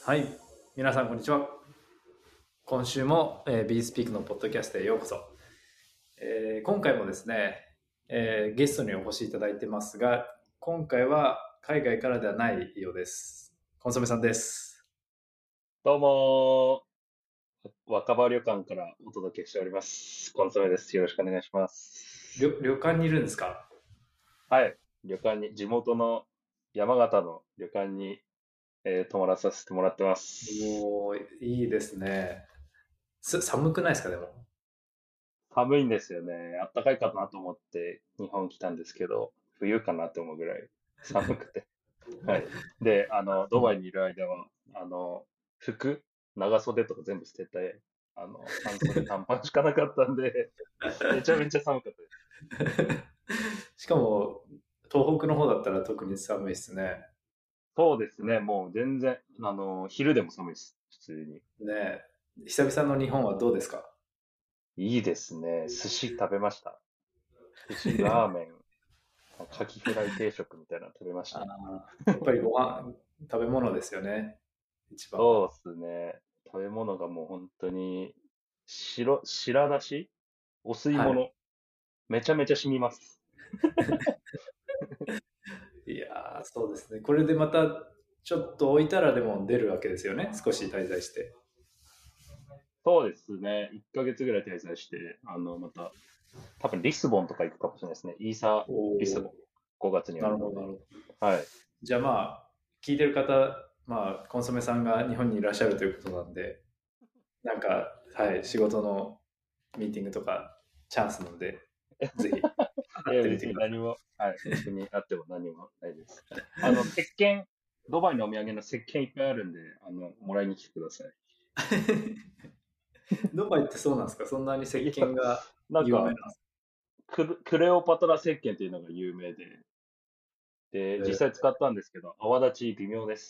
はい、皆さんこんにちは。今週も、BeSpeak のポッドキャストへようこそ。今回もですね、ゲストにお越しいただいてますが、今回は海外からではないようです。コンソメさんです。 どうも若葉旅館からお届けしております。コンソメです。よろしくお願いします。 旅館にいるんですか？ はい。旅館に、地元の山形の旅館に、泊まらさせてもらってます。 おー、いいですね。寒くないですかでも？ 寒いんですよね。暖かいかなと思って日本来たんですけど、冬かなと思うぐらい寒くて。はい。で、 うん。 ドバイにいる間は、服、長袖とか全部捨てて、半袖短パンしかなかったんで、めちゃめちゃ寒かったです。 しかも、東北の方だったら特に寒いですね。 そうですね。もう全然、昼でも寒いです。普通に。 ねえ、久々の日本はどうですか？ いいですね。寿司食べました。寿司、ラーメン、カキフライ定食みたいなの食べましたね。 やっぱりご飯、食べ物ですよね。一番は。 そうですね。食べ物がもう本当に、白だしお吸いはい。 物、めちゃめちゃ染みます。 いやー、そうですね。これでまた、ちょっと置いたらでも出るわけですよね。少し滞在して。 そうですね。1ヶ月ぐらい滞在して、また、多分リスボンとか行くかもしれないですね。イーサ、 おリスボン、 お、 5月にあなるほど、なるので。 るほど。 はい。 じゃあまあ、聞いてる方、まあ、コンソメさんが日本にいらっしゃるということなんで、なんか、はい、仕事のミーティングとかチャンスなので、ぜひ、会いや、 ってみ別てください。 に何も、はい、僕にあっても何もないです。石鹸、ドバイのお土産の石鹸いっぱいあるんで、もらいに来てください。 ドバイってそうなんですか？そんなに石いや、 鹸がなんか、 有名なんですクレオパトラ石鹸っていうのが有名で、で、実際か？ 使ったんですけど、泡立ち微妙です。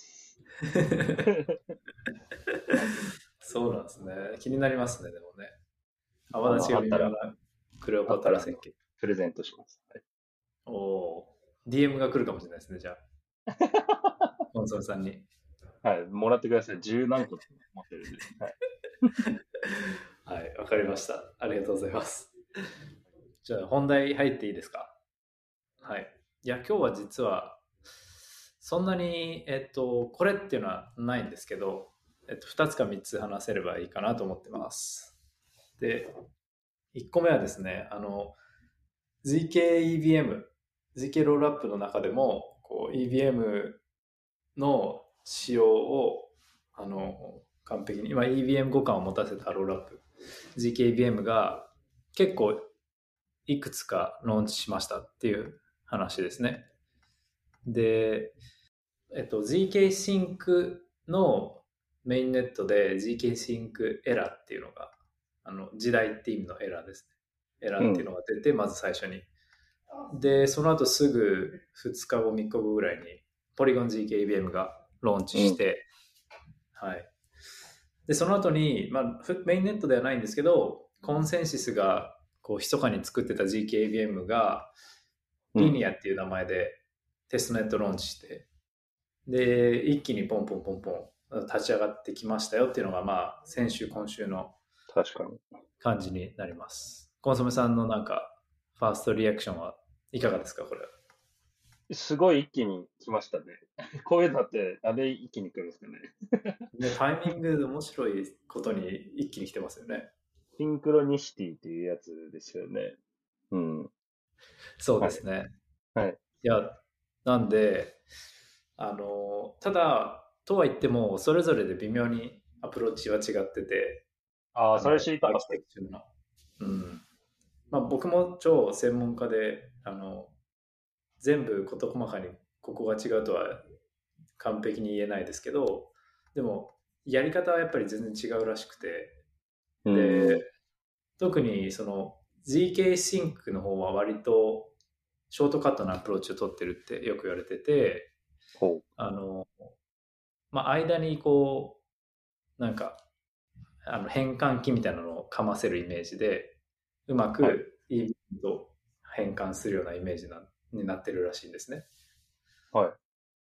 そうなんですね。気になりますね、でもね。泡立ちがあったら、 微妙なクレオパトラ石鹸。 プレゼントします。はい。 おおー、DM が来るかもしれないですね、じゃあ、コンソメさんに。 はい、もらってください。十何個持ってるんで。はい。 はい、わかりました。ありがとうございます。じゃあ、本題入っていいですか？はい。いや、今日は実は、そんなに、これっていうのはないんですけど、2つか3つ話せればいいかなと思ってます。で、1個目はですね、ZK-EVM、ZK ロールアップの中でも、こう、EVM の仕様を、完璧に、今 EVM 互換を持たせたロールアップ、ZK-EVM が結構いくつかローンチしましたっていう話ですね。で、ZK シンクのメインネットで ZK シンクエラーっていうのが、時代って意味のエラーですね。エラーっていううん。 のが出て、まず最初に。で、その後すぐ2日後、3日後ぐらいに、ポリゴン GKVM がローンチうん。 して、はい。で、その後に、まあ、メインネットではないんですけど、コンセンシスが、こう、密かに作ってた GKVM が、 うん。 リニアっていう名前でテストネットローンチして、で、一気にポンポンポンポン立ち上がってきましたよっていうのが、まあ、先週、今週の確かに。 感じになります。コンソメさんのなんか、ファーストリアクションはいかがですか、これ？ すごい一気に来ましたね。こういうのって、あれ一気に来るんですかね。 ね、タイミングで面白いことに一気に来てますよね。 シンクロニシティっていうやつですよね。うん。 そうではい。 すね。 はい。 いや、なんで、ただ、とは言っても、それぞれで微妙にアプローチは違ってて、 ああ、それ知りたアーキかったです。 テクチャの。うん。まあ、僕も超専門家で、全部事細かにここが違うとは完璧に言えないですけど、でも、やり方はやっぱり全然違うらしくて、 うで、 ん。 特にその ZK シンクの方は割とショートカットなアプローチを取ってるってよく言われてて、 ほう。 あの、まあ、間にこう、なんか、変換器みたいなのをかませるイメージで、うまはい。 く EV と変換するようなイメージになってるらしいんですね。 はい。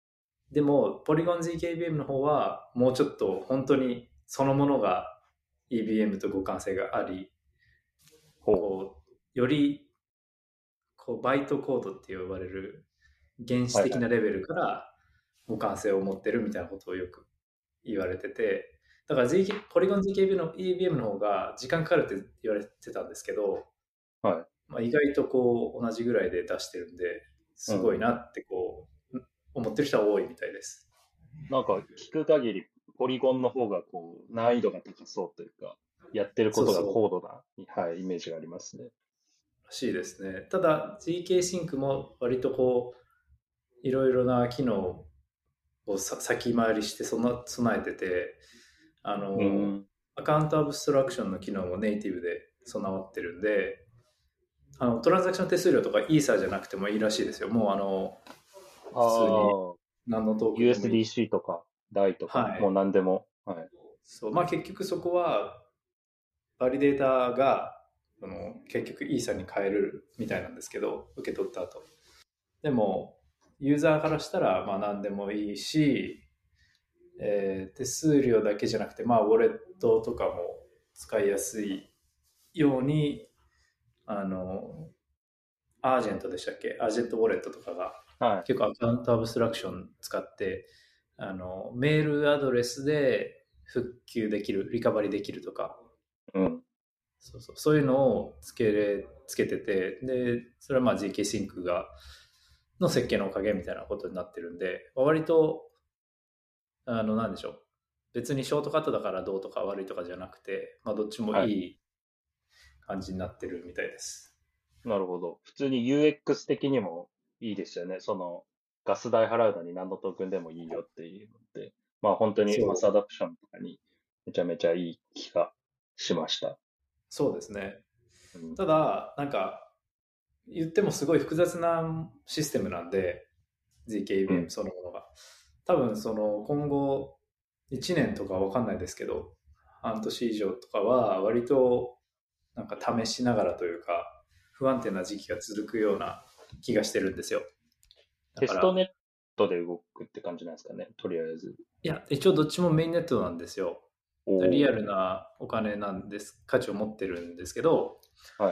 でも、ポリゴン ZKVM の方は、もうちょっと本当にそのものが EVM と互換性があり、こう、より、こう、バイトコードって呼ばれる原始的なレベルから互換性を持ってるみたいなことをよく言われてて、だから、ポリゴン ZKVM の EVM の方が時間かかるって言われてたんですけど、まあ、意外とこう同じぐらいで出してるんで、すごいなってこう、思ってる人は多いみたいです。 なんか聞く限り、ポリゴンの方がこう難易度が高そうというか、やってることが高度な、はい、イメージがありますね。 らしいですね。ただ GK シンクも割とこういろいろな機能を先回りして備えてて、アカウントアブストラクションの機能もネイティブで備わってるんで、トランザクション手数料とかイーサーじゃなくてもいいらしいですよ。もう普通に何のトークンでもいい。 USDC とか、DAI とか、はい、もう何でも。はい、 そう、まあ結局そこは、バリデータが、結局イーサに変えるみたいなんですけど、受け取った後。でも、ユーザーからしたら、まあ何でもいいし、手数料だけじゃなくて、まあウォレットとかも使いやすいように、アージェントでしたっけ？アージェントウォレットとかが、はい、結構アカウントアブストラクション使って、メールアドレスで復旧できる、リカバリできるとか、そういうのをつけてて、で、それはまあ GK シンクの設計のおかげみたいなことになってるんで、割と、なんでしょう。別にショートカットだからどうとか悪いとかじゃなくて、まあどっちもいい感じになってるみたいです。 はい、なるほど。普通に UX 的にもいいですよね。ガス代払うのに何のトークンでもいいよっていうので、まあ本当にマスアダプションとかにめちゃめちゃいい気がしました。 そうですね。ただ、なんか、言ってもすごい複雑なシステムなんで、ZKVM そのものが。多分、今後、1年とかわかんないですけど、半年以上とかは、割と、なんか試しながらというか、不安定な時期が続くような気がしてるんですよ。 テストネットで動くって感じなんですかね、とりあえず。 いや、一応どっちもメインネットなんですよ。リアルなお金なんです、価値を持ってるんですけど、 はい、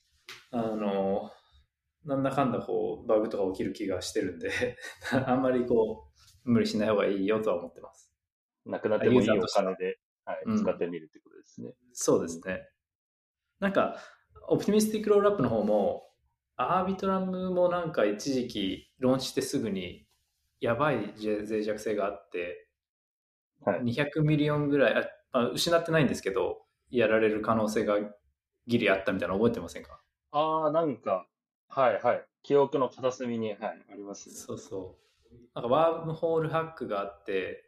なんだかんだこうバグとか起きる気がしてるんであんまりこう無理しない方がいいよとは思ってます。 なくなってもいいお金で、はい、使ってみるってことですね。 そうですね。なんか、オプティミスティックロールアップの方も、アービトラムもなんか一時期ローンチしてすぐにやばい脆弱性があって、はい、200ミリオンぐらい、失ってないんですけど、やられる可能性がギリあったみたいなの覚えてませんか？ なんか、はいはい。記憶の片隅に、はい、ありますね。 そうそう。なんかワームホールハックがあって、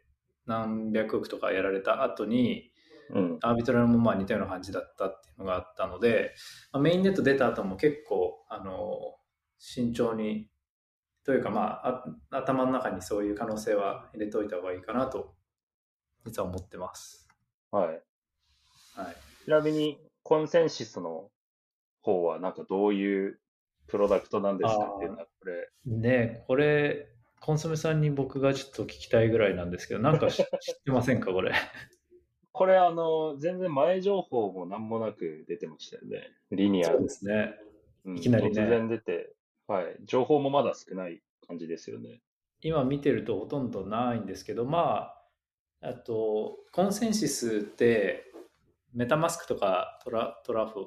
何百億とかやられた後に、アービトラムもまあ似たような感じだったっていうのがあったので、メインネット出た後も結構、慎重に、というかまあ、頭の中にそういう可能性は入れておいた方がいいかなと、実は思ってます。 はい。はい。ちなみに、コンセンシスの方はなんかどういうプロダクトなんですかっていうのは、これ。 ね、これ、コンソメさんに僕がちょっと聞きたいぐらいなんですけど、なんか知ってませんか、これ。 これ、全然前情報も何もなく出てましたよね。リニア。 そうですね。いきなりね。 突然出て、はい。情報もまだ少ない感じですよね。 今見てるとほとんどないんですけど、まあ、コンセンシスって、メタマスクとかトラ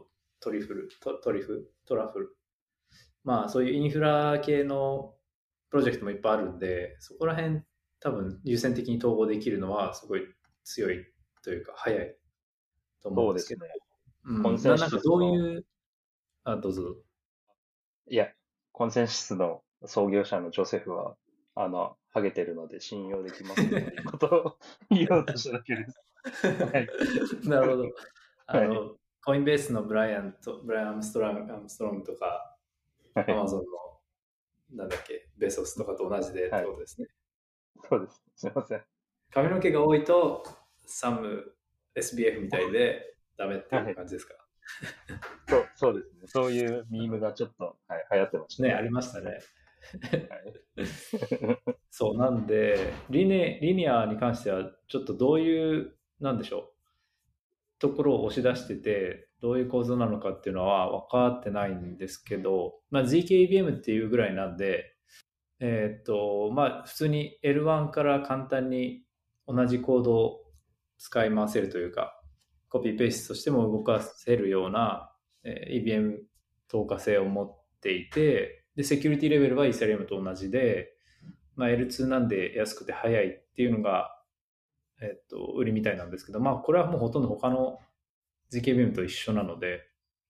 フル。まあ、そういうインフラ系のプロジェクトもいっぱいあるんで、そこら辺多分優先的に統合できるのはすごい強いというか、早いと思うんですけど。コンセンシス。なんかどういう、どうぞ。 いや、コンセンシスの創業者のジョセフは、ハゲてるので信用できますっていうことを言おうとしただけです。 はい、なるほど。コインベースのブライアン・アームストロングとか、アマゾンの、なんだっけ、ベソスとかと同じでってことですね。 そうです。すみません。 髪の毛が多いと、サム SBF みたいでダメっていう感じですか？ そうですね。そういうミームがちょっと、はい、流行ってましたね。ありましたね。 そう、なんで、リニアに関しては、ちょっとどういう、なんでしょう、ところを押し出してて、どういう構造なのかっていうのは分かってないんですけど、まあ、ZKVM っていうぐらいなんで、まあ、普通に L1 から簡単に同じコードを使い回せるというか、コピーペーストとしても動かせるような、EVM 透過性を持っていて、で、セキュリティレベルはイーサリアムと同じで、まあ、L2 なんで安くて早いっていうのが、売りみたいなんですけど、まあ、これはもうほとんど他の GKVM と一緒なので、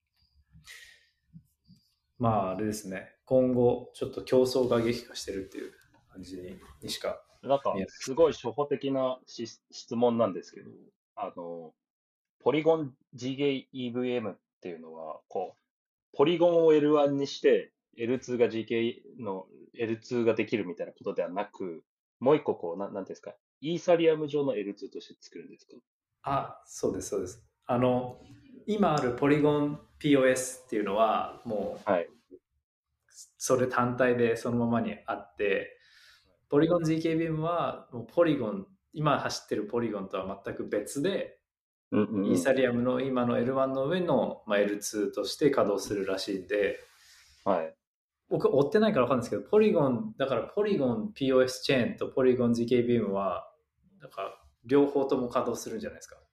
まあ、あれですね、今後、ちょっと競争が激化してるっていう感じにしかなんか、 見えない。 すごい初歩的な質問なんですけど、ポリゴン GKEVM っていうのは、こう、ポリゴンを L1 にして、L2 が GK の L2 ができるみたいなことではなく、もう一個こう、なんていうんですか、イーサリアム上の L2 として作るんですか？ そうです、そうです。今あるポリゴン POS っていうのは、もう、 はい。 それ単体でそのままにあって、ポリゴン GKVM は、もうポリゴン、今走ってるポリゴンとは全く別で、 うんうんうん。 イーサリアムの今の L1 の上の、まあ、L2 として稼働するらしいんで、 はい。 僕追ってないから分かんないですけど、ポリゴン、だからポリゴン POS チェーンとポリゴン GKVM は、だから両方とも稼働するんじゃないですか、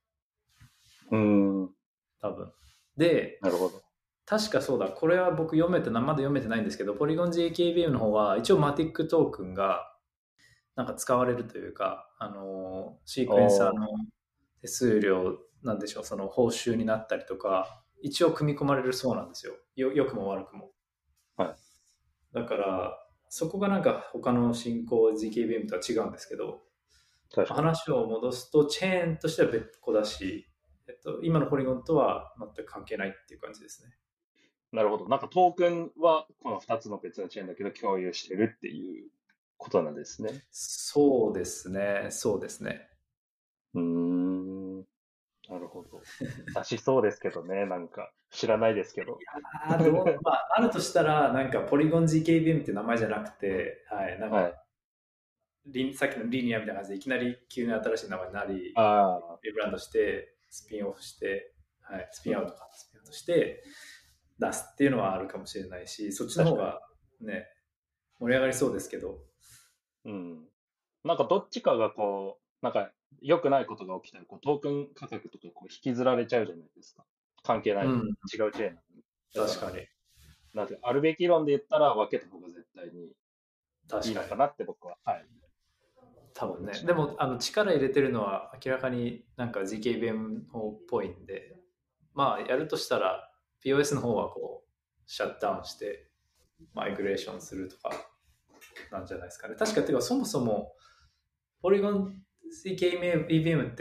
多分。で、 なるほど。 確かそうだ、これは僕まだ読めてないんですけど、ポリゴン GKVM の方は一応マティックトークンがなんか使われるというか、シークエンサーおー、 の手数料なんでしょう、その報酬になったりとか、一応組み込まれるそうなんですよ。良くも悪くも。 はい。 だから、そこがなんか他の新興 GKVM とは違うんですけど、 確かに。 話を戻すと、チェーンとしては別個だし、今のポリゴンとは全く関係ないっていう感じですね。 なるほど。なんかトークンはこの2つの別のチェーンだけど共有してるっていうことなんですね。 そうですね、そうですね。 うーん。なるほど。出しそうですけどね、なんか。知らないですけど。 まあ、あるとしたら、なんかポリゴン GKVM って名前じゃなくて、はい、なんか、 はい。 さっきのリニアみたいな感じで、いきなり急に新しい名前になり、 ああ。 リブランドして、スピンオフして、はい、スうん、 ピンアウトか、スピンアウトして出すっていうのはあるかもしれないし、そっちの確かに。 方がね、盛り上がりそうですけど、 うん。なんかどっちかがこう、なんか良くないことが起きたら、こうトークン価格とかこう引きずられちゃうじゃないですか。関係ないのに。 うん、 違うチェーンなのに。だから、 確かに、 なんてあるべき論で言ったら分けた方が絶対にい確かに。 いのかなって僕は、はい、 多分ね。 思いました。 でも、力入れてるのは明らかになんか GKVM っぽいんで、まあ、やるとしたら、POS の方はこう、シャットダウンして、マイグレーションするとか、なんじゃないですかね。確か、ていうか、そもそも、ポリゴン CKEVM って、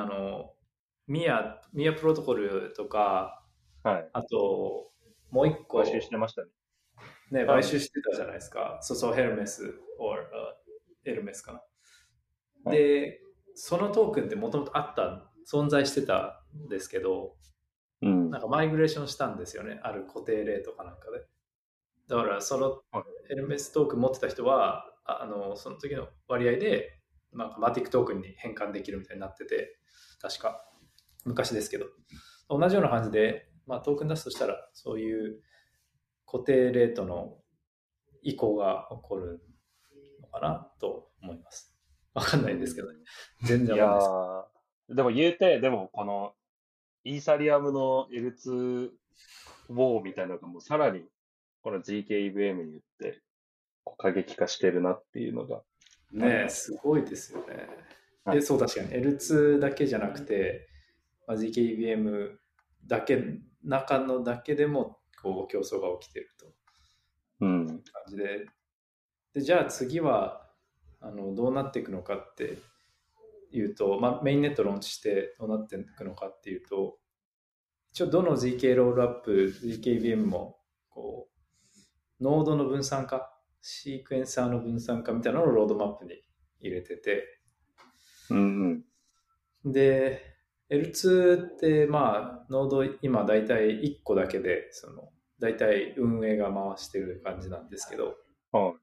ミアプロトコルとか、 はい。 あと、もう一買収し個、 てましたね。 ね、買収あの、 してたじゃないですか。ヘルメス、エルメスかな。 はい。 で、そのトークンってもともと存在してたんですけど、 うん。 なんかマイグレーションしたんですよね。ある固定レートかなんかで。だからそのはい。 エルメストークン持ってた人は、その時の割合で、なんかマティックトークンに変換できるみたいになってて、確か昔ですけど、同じような感じで、まあ、トークン出すとしたら、そういう固定レートの移行が起こるのかなと思います。わかんうないですけどね。 ん。 全いや然わかんないです。 ー、でも言うて、でもこのイーサリアムの L2 ウォーみたいなのがもうさらにこの GKEVM によってこう過激化してるなっていうのがありねえ、 ます。 すごいですよね。 はい。 そう、確かに L2 だけじゃなくて、まあ、GKBM だけ、中のだけでもこう競争が起きているといううん。 感じで、じゃあ次はどうなっていくのかっていうと、まあ、メインネットローンチしてどうなっていくのかっていうと、一応どの GK ロールアップ、GKBM もこうノードの分散化、シークエンサーの分散化みたいなのをロードマップに入れてて、 うんうん。 で、L2 ってまあ、ノード今だいたい1個だけで、大体運営が回してる感じなんですけど、 はい。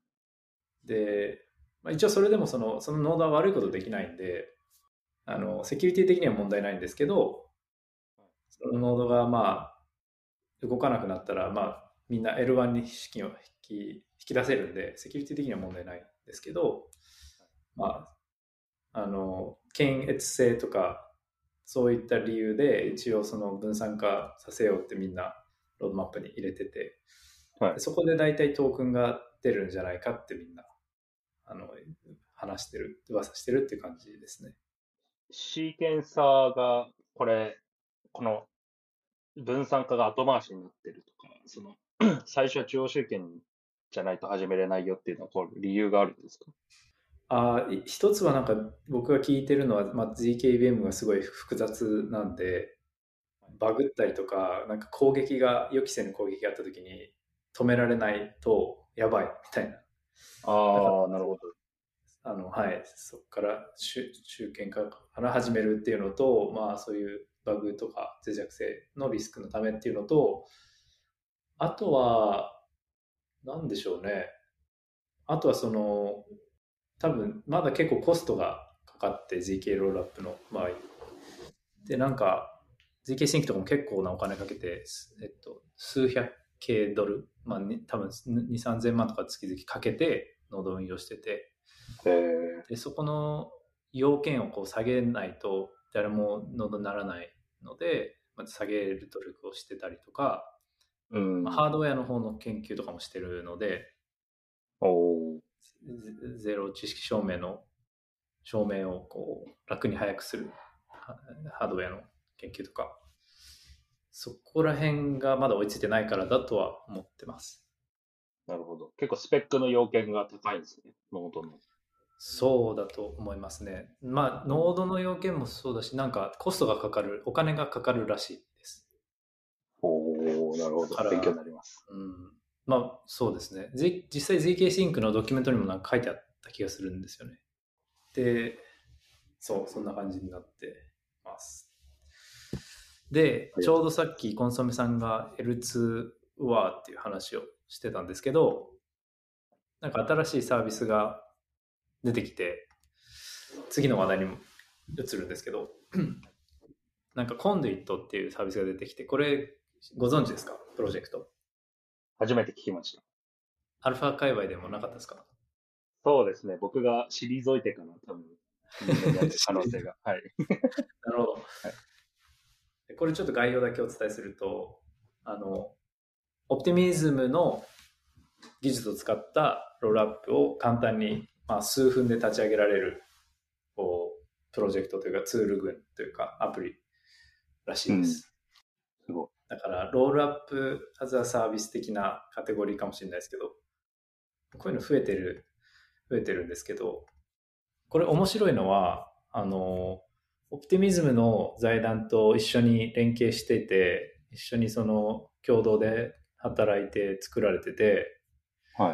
で、一応それでもそのノードは悪いことできないんで、セキュリティ的には問題ないんですけど、そのノードが動かなくなったら、みんな L1 に資金を引き出せるんで、セキュリティ的には問題ないんですけど、ま検閲性とか、そういった理由で一応その分散化させようってみんなロードマップに入れてて、 はい。 そこで大体トークンが出るんじゃないかってみんな話してる、噂してるっていう感じですね。 シーケンサーが、この分散化が後回しになってるとか、最初は中央集権じゃないと始めれないよっていうのは、理由があるんですか？ 一つはなんか僕が聞いてるのは、GKVM がすごい複雑なんで、バグったりとか、なんか予期せぬ攻撃があった時に止められないとやばいみたいな。だから、 ああ、なるほど。 はい、そこから集権化から始めるっていうのと、そういうバグとか脆弱性のリスクのためっていうのと、あとは、なんでしょうね。あとは多分まだ結構コストがかかって、ZK ロールアップの場合。で、なんか、ZK シンクとかも結構なお金かけて、数百 K ドル、多分2、3000万とか月々かけてノード運用してて、で、そこの要件をこう下げないと誰もノードにならないので、まず下げる努力をしてたりとか、 うん。 ハードウェアの方の研究とかもしてるので、 おー。 ゼロ知識証明をこう楽に早くするハードウェアの研究とか、そこら辺がまだ追いついてないからだとは思ってます。 なるほど。結構スペックの要件が高いんですね、ノードの。 そうだと思いますね。ノードの要件もそうだし、なんかコストがかかる、お金がかかるらしいです。 おー、なるほど。 だから、 勉強になります。 そうですね。実際 ZK シンクのドキュメントにもなんか書いてあった気がするんですよね。で、そんな感じになってます。で、ちょうどさっきコンソメさんが L2 ワーっていう話をしてたんですけど、なんか新しいサービスが出てきて、次の話題にも移るんですけど、なんかコンデュイットっていうサービスが出てきて、これご存知ですか？プロジェクト。 初めて聞きました。 アルファ界隈でもなかったですか？ そうですね。僕が退いてから多分、有名になってる可能性が。はい。 なるほど。 はい。 これちょっと概要だけお伝えすると、オプティミズムの技術を使ったロールアップを簡単に、数分で立ち上げられるこうプロジェクトというかツール群というかアプリらしいです。 すごい。 だからロールアップアザーサービス的なカテゴリーかもしれないですけど、こういうの増えてるんですけど、これ面白いのは、オプティミズムの財団と一緒に連携してて、一緒にその共同で働いて作られてて、 はい。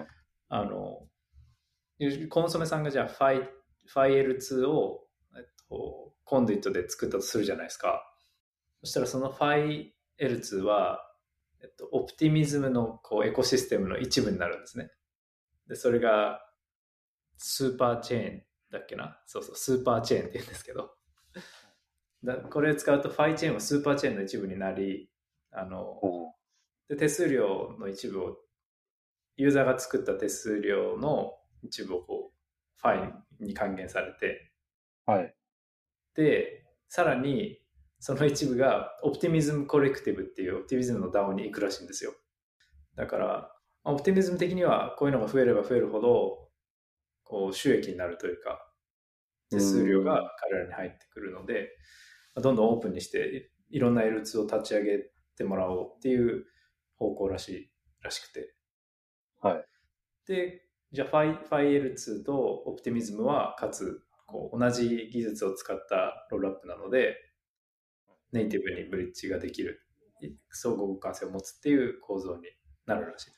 コンソメさんがじゃあFIL2 を、コンデュイットで作ったとするじゃないですか。そしたらその FIL2 は、オプティミズムのこうエコシステムの一部になるんですね。で、それがスーパーチェーンだっけな、そうそう、スーパーチェーンって言うんですけど、これを使うとファイチェーンはスーパーチェーンの一部になり、で手数料の一部を、ユーザーが作った手数料の一部をこうファイに還元されて、 はい。 で、さらにその一部がオプティミズムコレクティブっていうオプティミズムの DAO に行くらしいんですよ。だから、オプティミズム的にはこういうのが増えれば増えるほど、こう収益になるというか、手数料が彼らに入ってくるので、どんどんオープンにしていろんな L2 を立ち上げてもらおうっていう方向らしくて。 はい。 で、じゃあ FIL2 とオプティミズムはかつこう同じ技術を使ったロールアップなので、ネイティブにブリッジができる、相互互換性を持つっていう構造になるらしいです。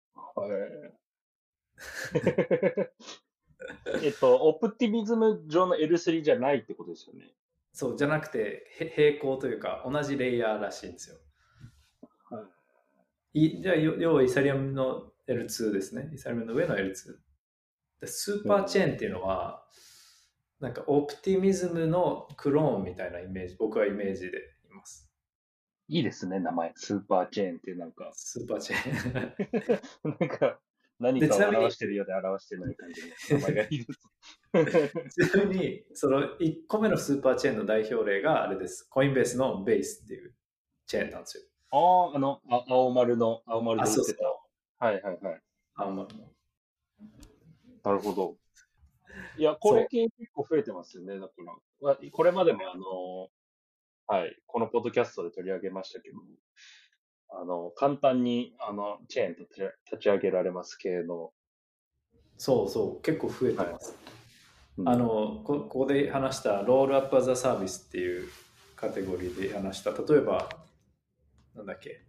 オプティミズム上の L3 じゃないってことですよね。 そうじゃなくて並行というか同じレイヤーらしいんですよ。じゃあ要はイサリアムの L2 ですね。イーサリアムの上の L2。でスーパーチェーンっていうのは、なんかオプティミズムのクローンみたいなイメージ、僕はイメージでいます。 いいですね、名前。スーパーチェーンってなんか、 スーパーチェーン。 なんか、何で、 かをちなみに、 表してるようで表してない感じの名前がいいです。 ちなみに、その1個目のスーパーチェーンの代表例があれです。コインベースのベースっていうチェーンなんですよ。 ああ、青丸の、青丸あ、 で売ってた。 そうそう。 はいはいはい。 あ、まあ、 なるほど。いや、これそ系結構増えてますよね。だから、これまでもはい、このポッドキャストで取り上げましたけど、簡単に、チェーン立ち上げられます系の、 そうそう、結構増えてはい。 ます。 うん。 ここで話したロールアップアザサービスっていうカテゴリーで話した、例えば、なんだっけ、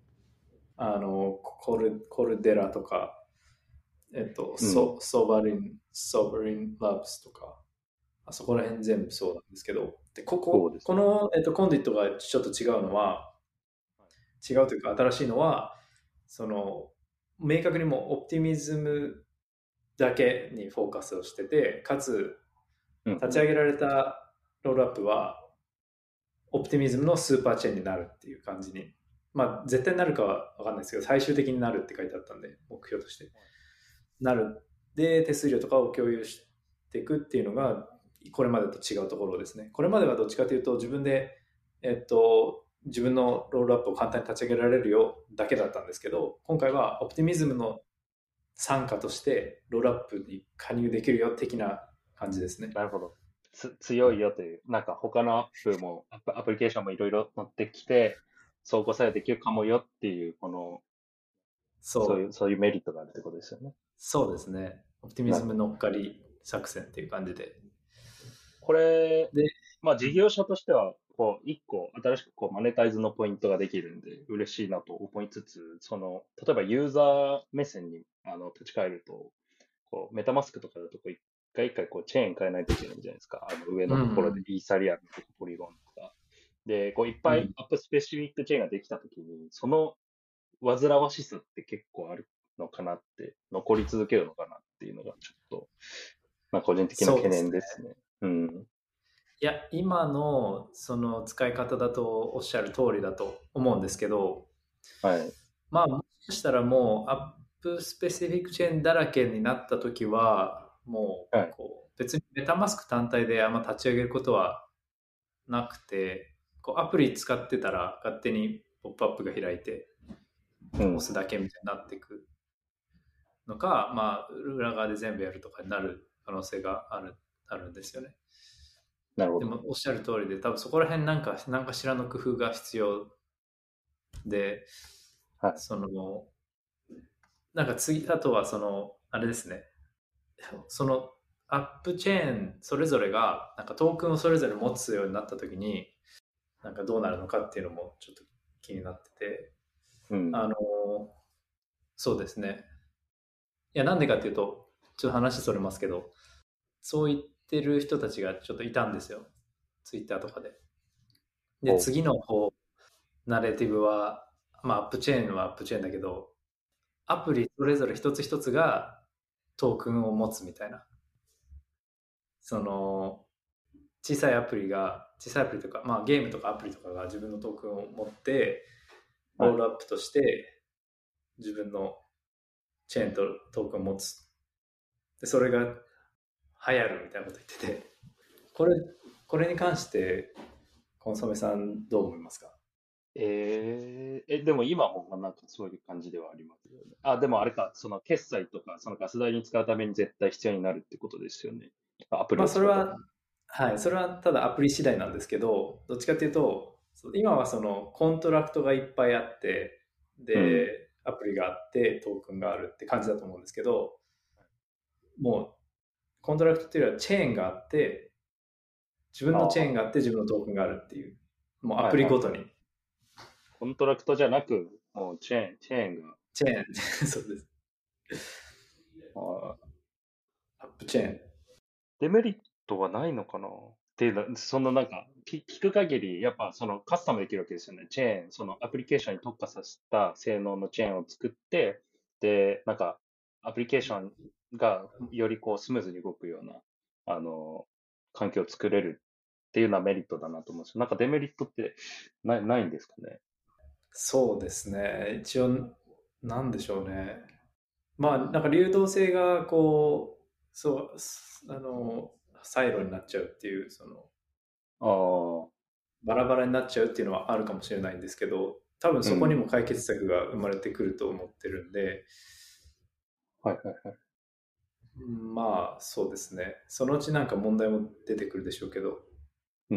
コルデラとか、 うん。 ソバリンラブスとか、あそこら辺全部そうなんですけど、で、 そうですね。 この、コンディットがちょっと違うのは、違うというか新しいのは、その、明確にもうオプティミズムだけにフォーカスをしてて、かつ、 うん、うん。 立ち上げられたロールアップは、オプティミズムのスーパーチェーンになるっていう感じに、まあ、絶対になるかは分かんないですけど、最終的になるって書いてあったんで、目標として。なる。で、手数料とかを共有していくっていうのが、これまでと違うところですね。これまではどっちかというと、自分で、自分のロールアップを簡単に立ち上げられるよだけだったんですけど、今回はオプティミズムの参加としてロールアップに加入できるよ的な感じですね。 なるほど。強いよという、なんか他のアップも、アプリケーションもいろいろ乗ってきて、相互作用できるかもよっていう、 そう、 そういうメリットがあるってことですよね。 そうですね。オプティミズムなるほど。 乗っかり作戦っていう感じで。 これ、 で、 まあ事業者としては、一個新しくマネタイズのポイントができるんで、嬉しいなと思いつつ、例えばユーザー目線に、立ち返ると、メタマスクとかだと、一回チェーン変えないといけないじゃないですか。上うんうのところで、 ん、 イーサリアムとかポリゴンとか。で、いっぱいうん、 アップスペシフィックチェーンができたときに、その煩わしさって結構あるのかなって、残り続けるのかなっていうのがちょっと、まあ個人的な懸そうですね。 念ですね。うん。 いや、今のその使い方だとおっしゃる通りだと思うんですけど、 はい。 まあ、もしかしたらもうアップスペシフィックチェーンだらけになったときは、もうはい。 別にメタマスク単体であんま立ち上げることはなくて、アプリ使ってたら勝手にポップアップが開いてうん。 押すだけみたいになっていくのか、まあ、裏側で全部やるとかになる可能性があるんですよね。 なるほど。 でもおっしゃる通りで、多分そこら辺なんかしらの工夫が必要で、 はい。 その、なんか次、あとはあれですね、そのアップチェーンそれぞれが、なんかトークンをそれぞれ持つようになったときに、なんかどうなるのかっていうのもちょっと気になってて、 うん。 あの、そうですね。いや、なんでかっていうと、ちょっと話それますけど、そう言ってる人たちがちょっといたんですよ。ツイッターとかで。で、 お、 次のナレティブは、まあ、アップチェーンはアップチェーンだけど、アプリそれぞれ一つ一つがトークンを持つみたいな。その、小さいアプリとか、まあ、ゲームとかアプリとかが自分のトークンを持って、 はい。 ロールアップとして自分のチェーンとトークンを持つ。で、それが流行るみたいなこと言ってて、これ、これに関して、コンソメさんどう思いますか？ でも今もなんかそういう感じではありますよね。あ、でもあれか、その決済とか、そのガス代に使うために絶対必要になるってことですよね。アプリまあ、 を使うために。 はい、それはただアプリ次第なんですけど、どっちかっていうと、今はそのコントラクトがいっぱいあって、 うん。 で、アプリがあって、トークンがあるって感じだと思うんですけど、もう、コントラクトっていうよりはチェーンがあって、自分のチェーンああ、 があって、自分のトークンがあるっていう、もうアはいはい。 プリごとに、 コントラクトじゃなく、もうチェーンが、 チェーン、そうです。 あーアップチェーン。 デメリットはないのかなっていうの、そのなんか、聞く限り、やっぱそのカスタムできるわけですよね。チェーン、そのアプリケーションに特化させた性能のチェーンを作って、で、なんか、 アプリケーションがよりこうスムーズに動くような、環境を作れるっていうのはメリットだなと思うんですよ。なんかデメリットってないんですかね。 そうですね。一応、なんでしょうね。まあ、なんか流動性がこう、そう、サイロになっちゃうっていう、 ああ、はバラバラになっちゃうっていうのはあるかもしれないんですけど、多分そこにうん。 も解決策が生まれてくると思ってるんで、 はいはいはい。 まあ、そうですね。そのうちなんか問題も出てくるでしょうけど、 うん。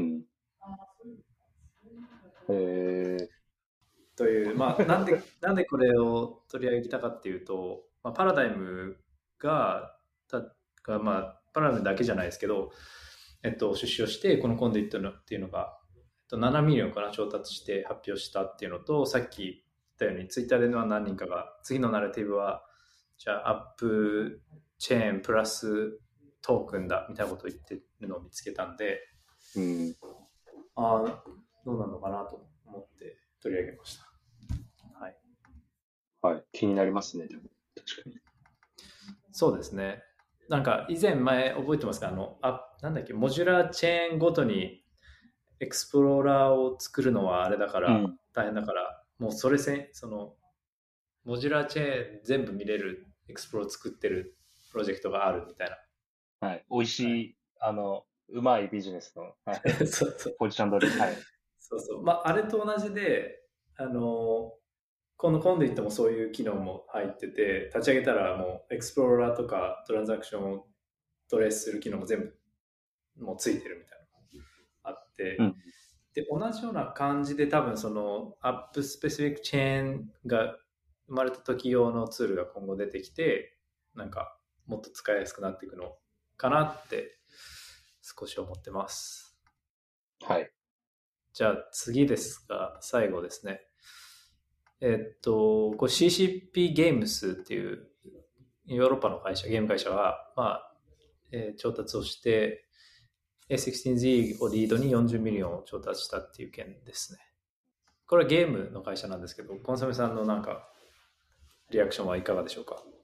えという、まあ、なんでこれを取り上げたかっていうと、まあ、パラダイムが、まあ、パラダイムだけじゃないですけど、出資をして、このコンデュイットのっていうのが、7ミリオンかな調達して発表したっていうのと、さっき言ったように、ツイッターでは何人かが、次のナラティブは、じゃあ、アップチェーンプラストークンだみたいなことを言ってるのを見つけたんで、 うん。 ああ、どうなのかなと思って取り上げました。はい。 はい。気になりますね、でも。確かに。 そうですね。なんか以前覚えてますかなんだっけ、モジュラーチェーンごとにエクスプローラーを作るのはあれだからうん。 大変だから、もうそれそのモジュラーチェーン全部見れるエクスプロを作ってるプロジェクトがあるみたいはい。美味しな。はい。 い、うまいビジネスの、はい。 そうそう。 ポジション取り。はい。 そうそう。まあ、あれと同じで、あの、このコンデュイットもそういう機能も入ってて、立ち上げたらもうエクスプローラーとかトランザクションをトレースする機能も全部もうついてるみたいなのがあって、 うん。 で、同じような感じで多分そのアップスペシフィックチェーンが生まれた時用のツールが今後出てきて、なんかもっと使いやすくなっていくのかなって少し思ってます。 はい。 じゃあ次ですが、最後ですね。これ CCP ゲームスっていうヨーロッパの会社、ゲーム会社は、まあ、調達をして、A16Z をリードに40ミリオンを調達したっていう件ですね。これはゲームの会社なんですけど、コンソメさんのなんか、リアクションはいかがでしょうか？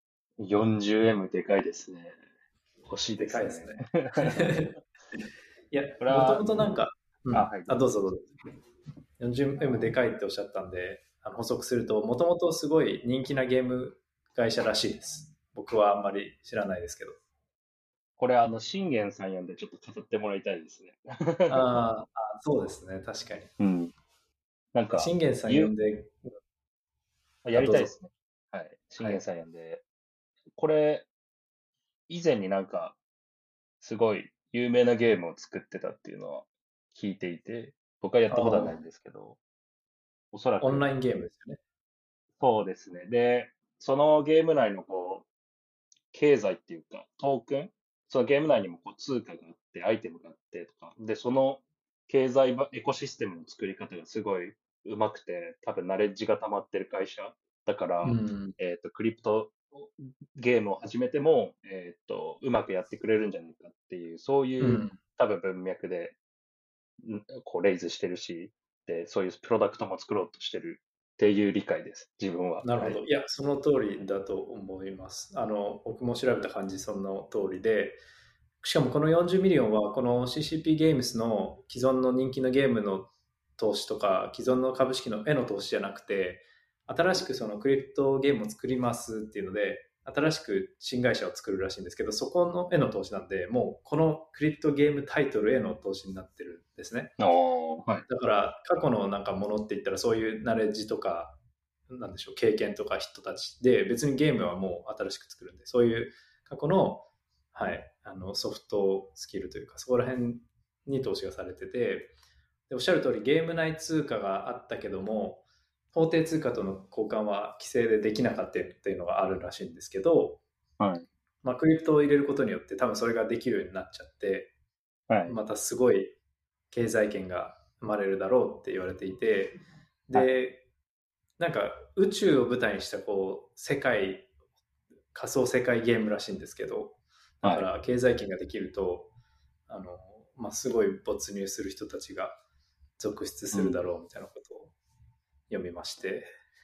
40M でかいですね。欲しいでですね。 かいですね。いや、 これは、 もともとなんか、 はい、どうぞ。 どうぞどうぞ。40M でかいっておっしゃったんで、補足すると、もともとすごい人気なゲーム会社らしいです。僕はあんまり知らないですけど。 これ、信玄さん呼んでちょっと語ってもらいたいですね。 そうですね、確かに。 うん。なんか、 信玄さん呼んで、どうぞ。 やりたいですね。はい。信はい。 玄さん呼んで。これ、以前になんか、すごい有名なゲームを作ってたっていうのは聞いていて、僕はやったことはないんですけど、おそらく、 オンラインゲームですよね。 そうですね。で、そのゲーム内のこう、経済っていうか、トークン、そのゲーム内にもこう通貨があって、アイテムがあってとか、で、その経済エコシステムの作り方がすごい上手くて、多分ナレッジが溜まってる会社だから、 うん。 クリプトゲームを始めても、うまくやってくれるんじゃないかっていう、そういううん。 多分文脈で、こうレイズしてるし、で、そういうプロダクトも作ろうとしてるっていう理解です、自分は。はい。 なるほど。いや、その通りだと思います。僕も調べた感じ、その通りで、しかもこの40ミリオンは、この CCP ゲームスの既存の人気のゲームの投資とか、既存の株式のへの投資じゃなくて、新しくそのクリプトゲームを作りますっていうので、新しく新会社を作るらしいんですけど、そこのへの投資なんで、もうこのクリプトゲームタイトルへの投資になってるんですね。 はい。 だから過去のなんかものって言ったらそういうナレッジとか、なんでしょう、経験とか人たちで、別にゲームはもう新しく作るんで、そういう過去の、はい、ソフトスキルというか、そこら辺に投資がされてて、でおっしゃる通りゲーム内通貨があったけども、法定通貨との交換は規制でできなかったっていうのがあるらしいんですけど、 はい。 まあ、クリプトを入れることによって多分それができるようになっちゃって、 はい。 またすごい経済圏が生まれるだろうって言われていて、 はい。 で、なんか宇宙を舞台にしたこう仮想世界ゲームらしいんですけど、だはい。 から経済圏ができると、あの、まあ、すごい没入する人たちが続出するだうん。 ろうみたいなことを読みまして、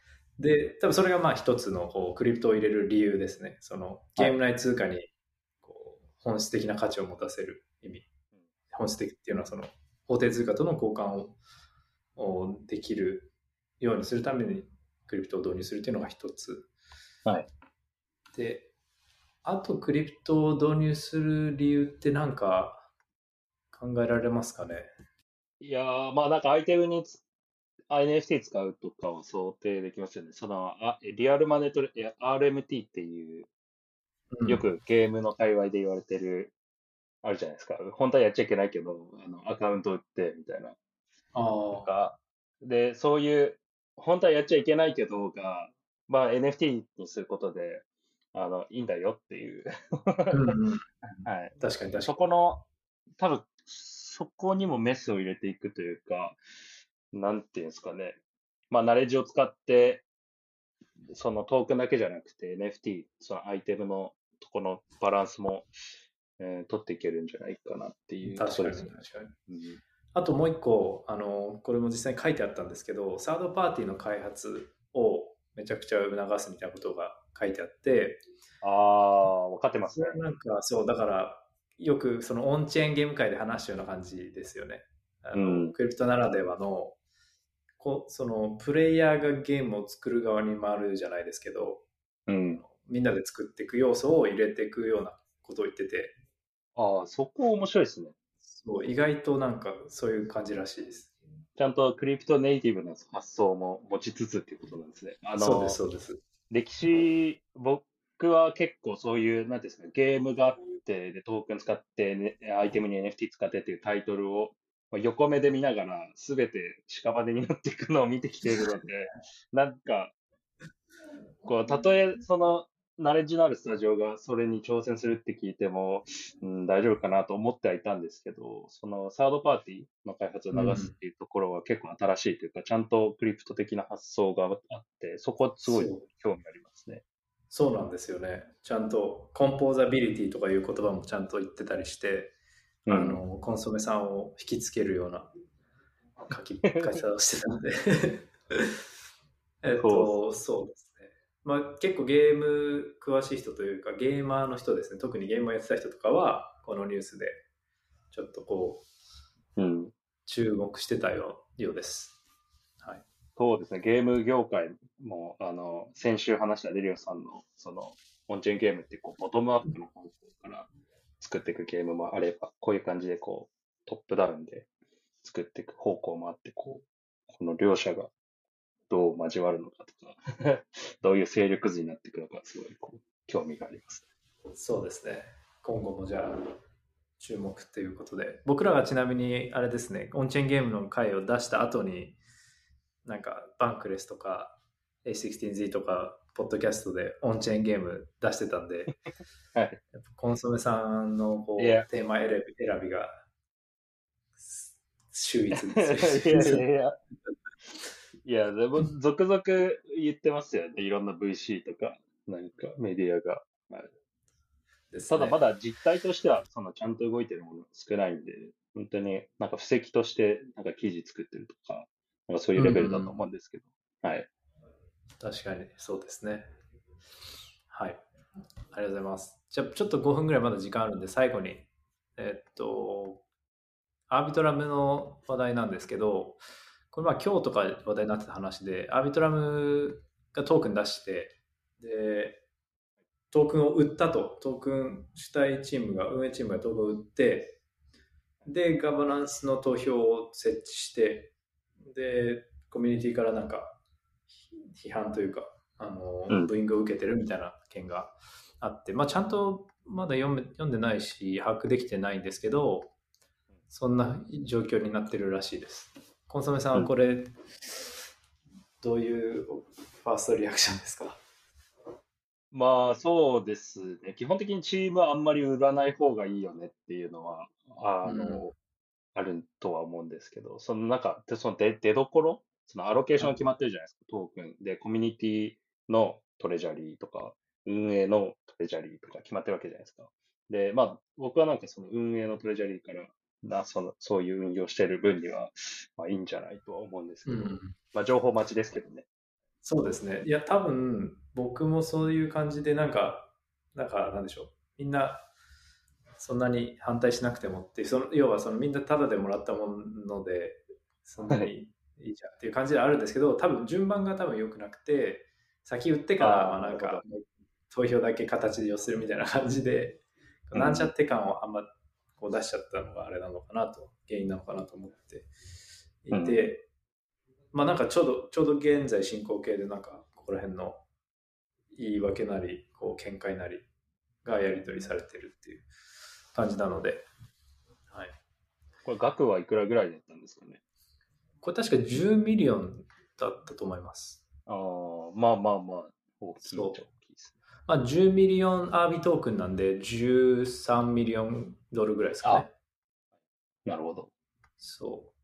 で、多分それがまあ一つのこうクリプトを入れる理由ですね。そのゲーム内通貨にこう本質的な価値を持たせる意味。本質的っていうのはその法定通貨との交換をできるようにするためにクリプトを導入するっていうのが一つ。 はい。 で、あとクリプトを導入する理由って何か考えられますかね。 いやー、まあなんかアイテムにNFT 使うとかは想定できますよね。リアルマネトレ、いや、RMT っていう、ようん。 くゲームの界隈で言われてる、あるじゃないですか。本当はやっちゃいけないけど、アカウント売って、みたいな。 ああ、 とか、で、そういう、本当はやっちゃいけないけどが、まあ NFT にすることで、いいんだよっていう。 うんうん。 はい。 確かに確かそこの、多分、そこにもメスを入れていくというか、なんていうんですかね。まあ、ナレッジを使って、そのトークンだけじゃなくて NFT、そのアイテムのとこのバランスも、取っていけるんじゃないかなってに。 いうと確かにころですね。 確かに。 うん。 あともう一個、これも実際に書いてあったんですけど、サードパーティーの開発をめちゃくちゃ促すみたいなことが書いてあって、 ああ、分かってますね。 それはなんかそう、だから、よくそのオンチェーンゲーム界で話したような感じですよね。 うん。 クリプトならではの、そのプレイヤーがゲームを作る側に回るじゃないですけど、 うん。 みんなで作っていく要素を入れていくようなことを言ってて、 ああ、そこ面白いですね。 そう意外となんかそういう感じらしいです。 ちゃんとクリプトネイティブな発想も持ちつつっていうことなんですね。 そうです、そうです。 歴史、僕は結構そういう、なんていうんですか、ゲームがあって、で、トークン使って、ね、アイテムに NFT 使ってっていうタイトルをまあ横目で見ながら、すべて屍になっていくのを見てきているので、なんか、たとえその、ナレッジのあるスタジオがそれに挑戦するって聞いても、うん、大丈夫かなと思ってはいたんですけど、そのサードパーティーの開発を流すうん。 っていうところは結構新しいというか、ちゃんとクリプト的な発想があって、そこすごいそう。 興味ありますね。 そうなんですよね。ちゃんとコンポーザビリティとかいう言葉もちゃんと言ってたりして、 うん。 コンソメさんを引きつけるような書き方をしてたのでそうっす。 そうですね。まあ結構ゲーム詳しい人というか、ゲーマーの人ですね。特にゲームをやってた人とかは、このニュースでちょっとこう、 うん。 注目してたようです。はい。 そうですね。ゲーム業界も、先週話したレリオさんの、オンチェーンゲームってボトムアップの方向から作っていくゲームもあれば、こういう感じでトップダウンで作っていく方向もあって、この両者がどう交わるのかとかどういう勢力図になっていくのか、すごい興味があります。 そうですね。今後もじゃあ、注目ということで、僕らがちなみにあれですね、オンチェーンゲームの回を出した後に、なんかバンクレスとか A16Z とか、ポッドキャストでオンチェーンゲーム出してたんで、 はい。 やっぱコンソメさんのいや、 テーマ選びが秀逸でいやいす。 やいや、いや、でも、続々言ってますよね。いろんな VC とか、なんかメディアが。はい。 ですね。 ただまだ実態としては、ちゃんと動いてるものが少ないんで、本当になんか布石としてなんか記事作ってるとか、なんかそういううんうレベルだとん。 思うんですけど。はい。 確かにそうですね。はい。ありがとうございます。じゃあちょっと5分ぐらいまだ時間あるんで、最後に、えっと、アービトラムの話題なんですけど、これまあ今日とか話題になってた話で、アービトラムがトークン出して、で、トークンを売ったと、トークン主体チームが、運営チームがトークンを売って、で、ガバナンスの投票を設置して、で、コミュニティからなんか批判というか、 うん。 ブーイングを受けてるみたいな件があって、まあ、ちゃんとまだ読んでないし、把握できてないんですけど、そんな状況になってるらしいです。コンソメさんうん。 はこれ、どういうファーストリアクションですか？ まあ、そうですね。基本的にチームはあんまり売らない方がいいよねっていうのは、 うん。 あるとは思うんですけど、その中で、出どころ、そのアロケーションが決まってるじゃないですか、トークンで、コミュニティのトレジャリーとか、運営のトレジャリーとか決まってるわけじゃないですか。で、まあ、僕はなんかその運営のトレジャリーからそういう運用してる分には、まあいいんじゃないとは思うんですけど、 うん。 まあ情報待ちですけどね。 そうですね。いや、多分、僕もそういう感じで、なんでしょう。みんな、そんなに反対しなくてもって、要はみんなタダでもらったもので、そんなはい。 にいいじゃんっていう感じであるんですけど、多分順番が多分良くなくて、先売ってから、 ああ、なるほど。 投票だけ形をするみたいな感じで、なんちゃうん。 って感をあんまこう出しちゃったのがあれなのかなと、原因なのかなと思ってうん。 いて、まあなんかちょうど現在進行形でここら辺の言い訳なり、こう見解なりがやり取りされてるっていう感じなので、はい。 これ額はいくらぐらいだったんですかね。 これ確か10ミリオンだったと思います。 ああ、まあまあまあ、大きいっちゃ大そう。 きいですね。 まあ10ミリオンアービトークンなんで13ミリオンドルぐらいですかあ、 ね。 なるほど。 そう。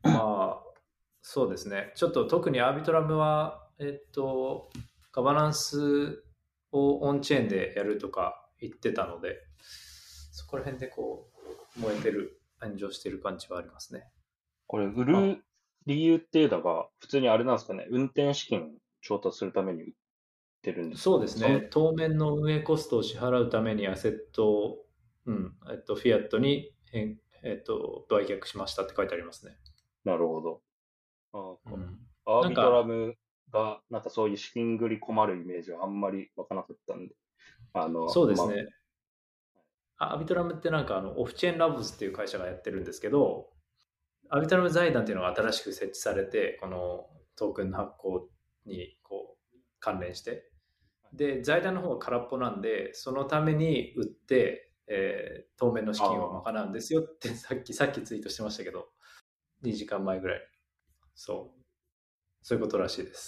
まあ、そうですね。ちょっと特にアービトラムは、ガバナンスをオンチェーンでやるとか言ってたので、そこら辺でこう、燃えてる、炎上してる感じはありますね。 これ、売あ、 る理由っていうのが、普通にあれなんですかね。運転資金調達するために売ってるんですかね。 そうですね。当面の運営コストを支払うためにアセットを、フィアットに、売却しましたって書いてありますね。 なるほど。 うん。 アービトラなんか、 ムが、なんかそういう資金繰り困るイメージはあんまり湧かなかったんで、まそうですね。アビトラムってオフチェーンラボズっていう会社がやってるんですけど、アビトラム財団っていうのが新しく設置されて、このトークンの発行にこう関連して、で、財団の方が空っぽなんで、そのために売って、当面の資あ、 金をああ、 賄うんですよってさっきツイートしてましたけど、2時間前ぐらい。そういうことらしいです。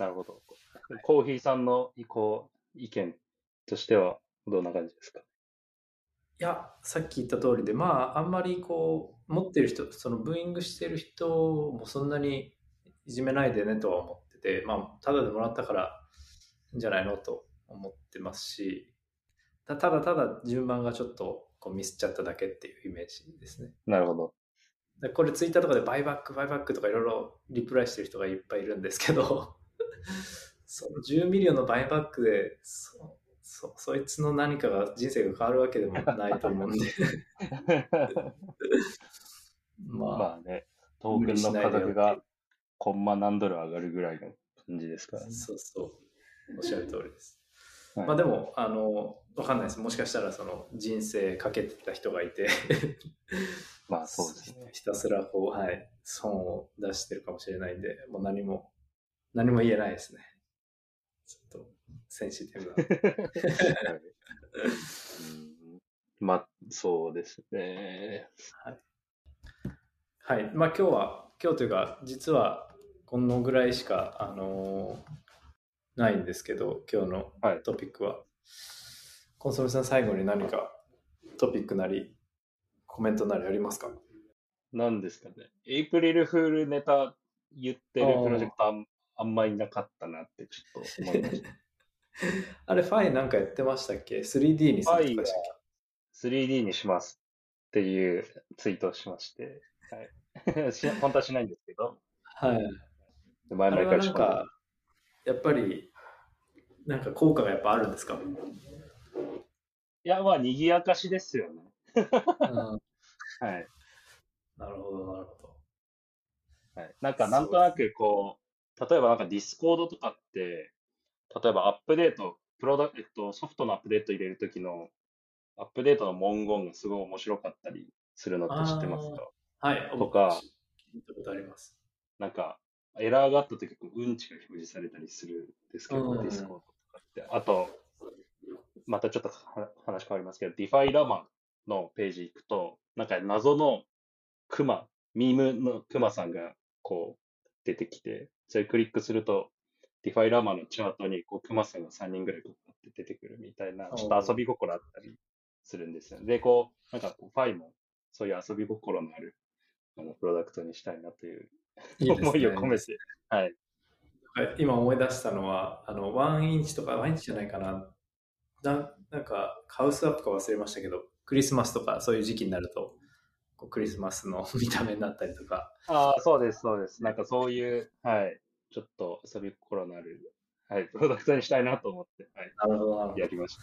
なるほど。コーヒーさんの意見としてはどんな感じですか？ いや、さっき言った通りで、まあ、あんまりこう、持ってる人、そのブーイングしてる人もそんなにいじめないでねとは思ってて、まあ、ただでもらったからいいんじゃないのと思ってますし、ただ順番がちょっとこうミスっちゃっただけっていうイメージですね。 なるほど。 でこれツイッターとかでバイバックとかいろいろリプライしてる人がいっぱいいるんですけど、その10ミリオンのバイバックで、そいつの何かが人生が変わるわけでもないと思うんで、まあ、 まあね、トー無クンの価理しないでよ格がっていう。 コンマ何ドル上がるぐらいの感じですからね。 そうそう。おっしゃる通りです。 はい。 まあでも、わかんないです。もしかしたらその人生かけてた人がいてまあそうですね。 ひたすらこう、はい、損を出してるかもしれないんで、もう何も言えないですね。ちょっと、センシティブな。 はい。うん、まあ、そうですね。 はい。はい。まあ今日というか、実はこのぐらいしか、ないんですけど、今日のはい。 トピックは。コンソメさん、最後に何かトピックなり、コメントなりありますか？ なんですかね。エイプリルフールネタ言ってあるプロジェクあ。 トあんまりなかったなってちょっと思いました。 あれ、ファイなんかやってましたっけ？ 3D にするとパイがかでしたっけ？ 3D にしますっていうツイートをしまして、はい。本当はしないんですけど、 はい。 前々 あれはから仕込んでる。 やっぱり、効果がやっぱあるんですか？ いや、まあ、賑やかしですよね。 うん。 はい。 なるほど、なるほど。 はい。なんそうです。 となく例えばディスコードとかって、例えばアップデート、プロダクト、ソフトのアップデート入れるときのアップデートの文言がすごい面白かったりするのって知ってますあか？ あ、はい、 とか、 聞いたことあります。 なんか、エラーがあったとき、うんちが表示されたりするんですうけど、ディスコーん。 ドとかって。あと、またちょっと話変わりますけど、ディファイラマのページ行くと、謎のクマ、ミームのクマさんが出てきて、それクリックすると、ディファイラマのチャートにクマさんが3人ぐらいって出てくるみたいな、ちょっと遊び心あったりするんですよね。で、ファイもそういう遊び心のあるプロダクトにしたいなといういいで思いをすね、いいです込めて、はい。 ね。はい、今思い出したのは、ワンインチとか、ワンインチじゃないかな。ハウスアップか忘れましたけど、クリスマスとかそういう時期になると、こうクリスマスの見た目になったりとか、 ああ、そうです、そうです。そういう、はい。 ちょっと遊び心のある、はい、プロダクトにしたいなと思って、はい、 なるほど、なるほど。 やりました。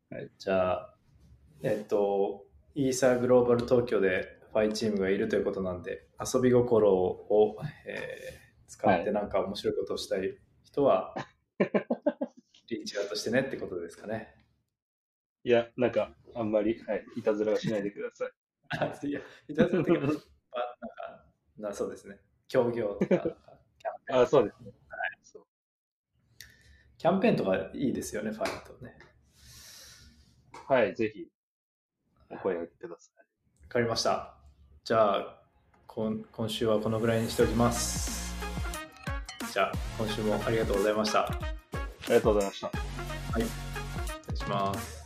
はい、 じゃあ、イーサーグローバル東京でファイチームがいるということなんで、遊び心を、使ってなんか面白いことをしたい人は、リーチアウトしてねってことですかね。 いや、なんか、あんまり、はい、いたずらはしないでください。 いや、いたずら的な、そうですね。協業とか、キャンペーン。 そうですね。 はい、そう。キャンペーンとかいいですよね、ファイトね。 はい、ぜひ、お声掛けください。 わかりました。じゃあ、今週はこのぐらいにしておきます。じゃあ、今週もありがとうございました。 ありがとうございました。 はい。失礼します。